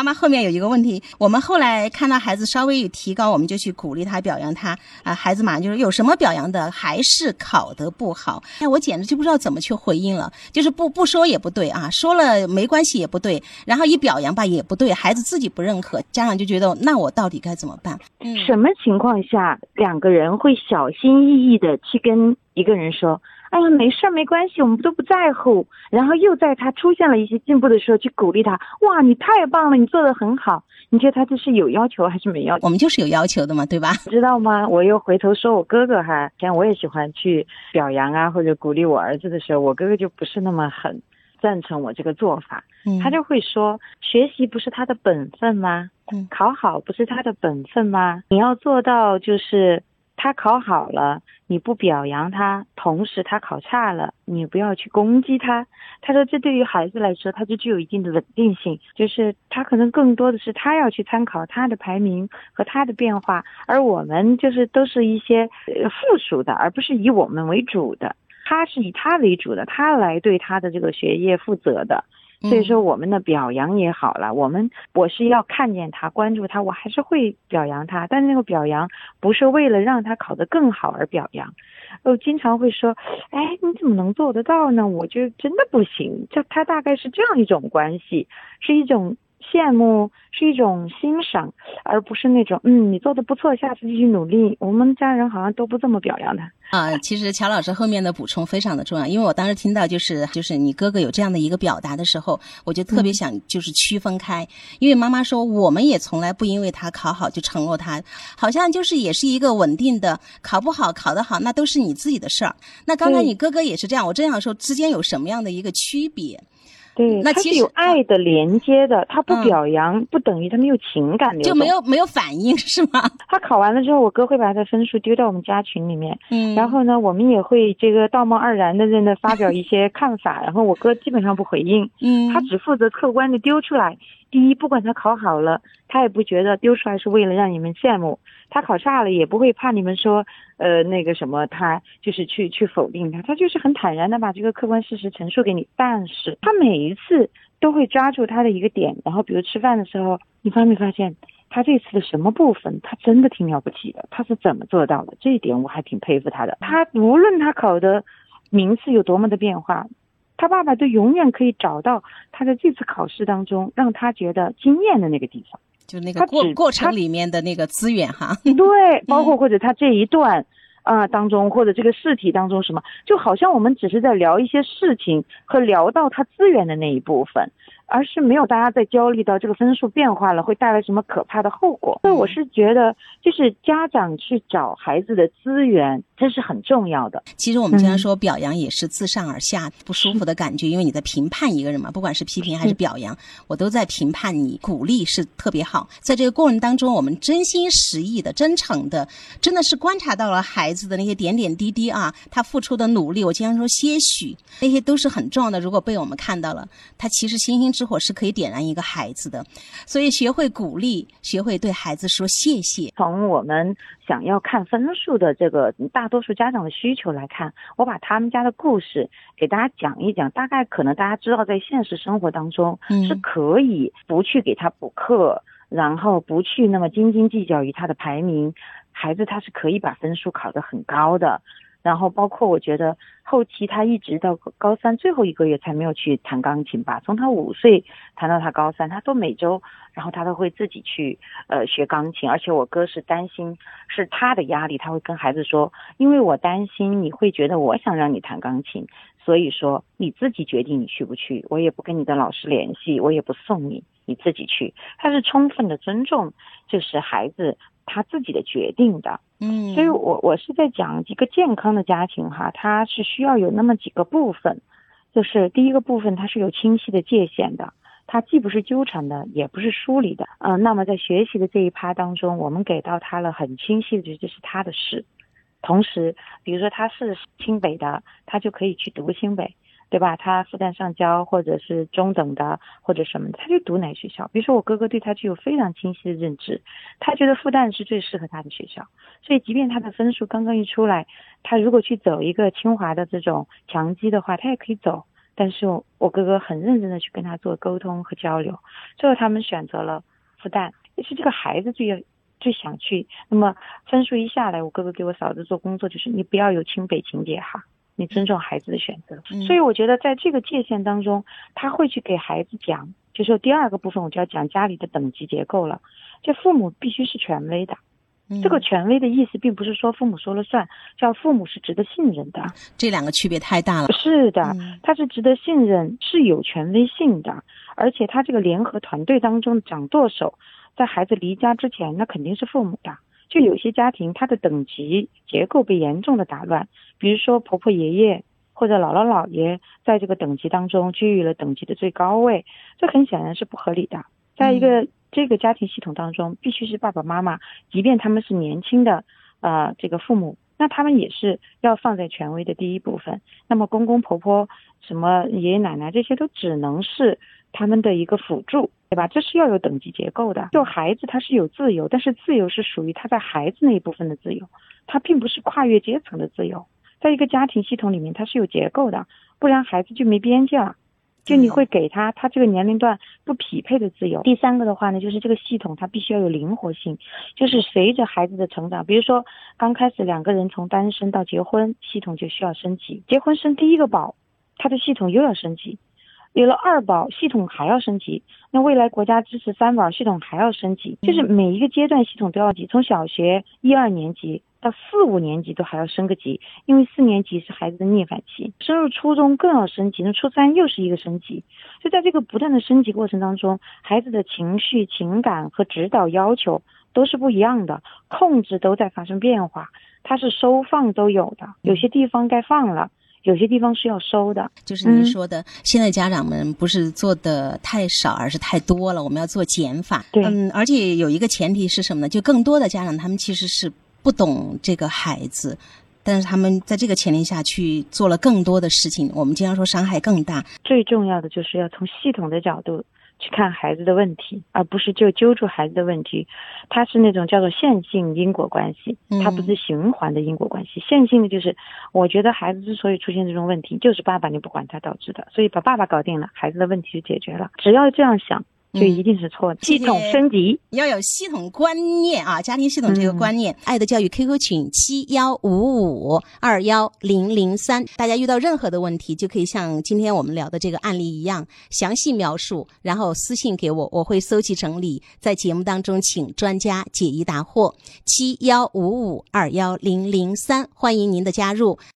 妈妈后面有一个问题，我们后来看到孩子稍微有提高，我们就去鼓励他表扬他孩子马上就是有什么表扬的还是考得不好，我简直就不知道怎么去回应了，就是不说也不对啊，说了没关系也不对，然后一表扬吧也不对，孩子自己不认可，家长就觉得那我到底该怎么办？ 什么情况下两个人会小心翼翼的去跟一个人说哎呀没事没关系我们都不在乎，然后又在他出现了一些进步的时候去鼓励他，哇你太棒了你做得很好，你觉得他这是有要求还是没要求？ 我们就是有要求的嘛，对吧？ 知道吗？我又回头说我哥哥哈，像我也喜欢去表扬啊或者鼓励我儿子的时候，我哥哥就不是那么很赞成我这个做法，他就会说学习不是他的本分吗？考好不是他的本分吗？你要做到就是他考好了你不表扬他，同时他考差了你不要去攻击他。他说这对于孩子来说他就具有一定的稳定性，就是他可能更多的是他要去参考他的排名和他的变化，而我们就是都是一些附属的，而不是以我们为主的，他是以他为主的，他来对他的这个学业负责的。所以说我们的表扬也好了，我是要看见他关注他，我还是会表扬他，但是那个表扬不是为了让他考得更好而表扬。我经常会说哎你怎么能做得到呢？我觉得真的不行，他大概是这样一种关系，是一种羡慕，是一种欣赏，而不是那种你做得不错下次继续努力。我们家人好像都不这么表扬他其实乔老师后面的补充非常的重要，因为我当时听到就是你哥哥有这样的一个表达的时候，我就特别想就是区分开，因为妈妈说我们也从来不因为他考好就承诺他，好像就是也是一个稳定的，考不好考得好那都是你自己的事儿。那刚才你哥哥也是这样，我这样说之间有什么样的一个区别？ 对， 那其实他是有爱的连接的，他不表扬不等于他没有情感流动， 就没有反应是吗？ 他考完了之后，我哥会把他的分数丢到我们家群里面，然后呢我们也会这个道貌岸然的在那发表一些看法，然后我哥基本上不回应，他只负责客观的丢出来。第一，不管他考好了，他也不觉得丢出来是为了让你们羡慕，他考差了也不会怕你们说那个什么，他就是去否定他就是很坦然的把这个客观事实陈述给你。但是他每一次都会抓住他的一个点，然后比如吃饭的时候，你发没发现他这次的什么部分他真的挺了不起的，他是怎么做到的，这一点我还挺佩服他的。他无论他考的名次有多么的变化，他爸爸都永远可以找到他在这次考试当中让他觉得惊艳的那个地方， 就那个过程里面的那个资源哈。 对，包括或者他这一段当中，或者这个试题当中什么，就好像我们只是在聊一些事情和聊到他资源的那一部分，而是没有大家在焦虑到这个分数变化了会带来什么可怕的后果。所以我是觉得就是家长去找孩子的资源这是很重要的。 其实我们经常说表扬也是自上而下不舒服的感觉，因为你在评判一个人嘛，不管是批评还是表扬，我都在评判你，鼓励是特别好。在这个过程当中，我们真心实意的真诚的真的是观察到了孩子的那些点点滴滴啊，他付出的努力，我经常说些许那些都是很重要的，如果被我们看到了，他其实星星之火是可以点燃一个孩子的。所以学会鼓励，学会对孩子说谢谢。 从我们想要看分数的这个大多数家长的需求来看，我把他们家的故事给大家讲一讲，大概可能大家知道在现实生活当中是可以不去给他补课，然后不去那么斤斤计较于他的排名，孩子他是可以把分数考得很高的。然后包括我觉得后期他一直到高三最后一个月才没有去弹钢琴吧，从他5岁弹到他高3，他都每周然后他都会自己去学钢琴。而且我哥是担心是他的压力，他会跟孩子说，因为我担心你会觉得我想让你弹钢琴，所以说你自己决定你去不去，我也不跟你的老师联系，我也不送你，你自己去。他是充分的尊重就是孩子他自己的决定的。所以我是在讲一个健康的家庭哈，它是需要有那么几个部分。就是第一个部分它是有清晰的界限的，它既不是纠缠的也不是疏离的。那么在学习的这一趴当中，我们给到他了很清晰的就是他的事。同时比如说他是清北的，他就可以去读清北，对吧？他复旦上交或者是中等的或者什么的，他就读哪学校。比如说我哥哥对他具有非常清晰的认知，他觉得复旦是最适合他的学校，所以即便他的分数刚刚一出来，他如果去走一个清华的这种强基的话，他也可以走， 但是我哥哥很认真的去跟他做沟通和交流，最后他们选择了复旦，也是这个孩子最想去。那么分数一下来，我哥哥给我嫂子做工作，就是你不要有清北情节哈，你尊重孩子的选择。所以我觉得在这个界限当中，他会去给孩子讲，就是第二个部分我就要讲家里的等级结构了。这父母必须是权威的，这个权威的意思并不是说父母说了算，叫父母是值得信任的。 这两个区别太大了。 是的，他是值得信任，是有权威性的，而且他这个联合团队当中的掌舵手，在孩子离家之前，那肯定是父母的。就有些家庭他的等级结构被严重的打乱，比如说婆婆爷爷或者姥姥姥爷在这个等级当中居于了等级的最高位，这很显然是不合理的。在一个这个家庭系统当中，必须是爸爸妈妈，即便他们是年轻的这个父母，那他们也是要放在权威的第一部分。那么公公婆婆什么爷爷奶奶这些都只能是他们的一个辅助，对吧？这是要有等级结构的。就孩子他是有自由，但是自由是属于他在孩子那一部分的自由，他并不是跨越阶层的自由。在一个家庭系统里面，它是有结构的，不然孩子就没边界了。就你会给他这个年龄段不匹配的自由。第三个的话呢，就是这个系统它必须要有灵活性，就是随着孩子的成长，比如说刚开始两个人从单身到结婚，系统就需要升级，结婚生第一个宝，他的系统又要升级，有了二宝，系统还要升级，那未来国家支持三宝，系统还要升级，就是每一个阶段系统都要级，从小学1、2年级到4、5年级都还要升个级，因为4年级是孩子的逆反期，升入初中更要升级，那初3又是一个升级。就在这个不断的升级过程当中，孩子的情绪、情感和指导要求都是不一样的，控制都在发生变化，它是收放都有的，有些地方该放了，有些地方是要收的。 就是您说的，现在家长们不是做的太少，而是太多了，我们要做减法。 对， 而且有一个前提是什么呢？就更多的家长他们其实是不懂这个孩子，但是他们在这个前提下去做了更多的事情，我们经常说伤害更大。 最重要的就是要从系统的角度去看孩子的问题，而不是就揪住孩子的问题。它是那种叫做线性因果关系，它不是循环的因果关系。线性的就是我觉得孩子之所以出现这种问题，就是爸爸你不管他导致的，所以把爸爸搞定了，孩子的问题就解决了。只要这样想，就一定是错的。系统升级要有系统观念啊，家庭系统这个观念。爱的教育 QQ 群7155210003，大家遇到任何的问题，就可以像今天我们聊的这个案例一样，详细描述，然后私信给我，我会搜集整理，在节目当中请专家解疑答惑。7155210003，欢迎您的加入。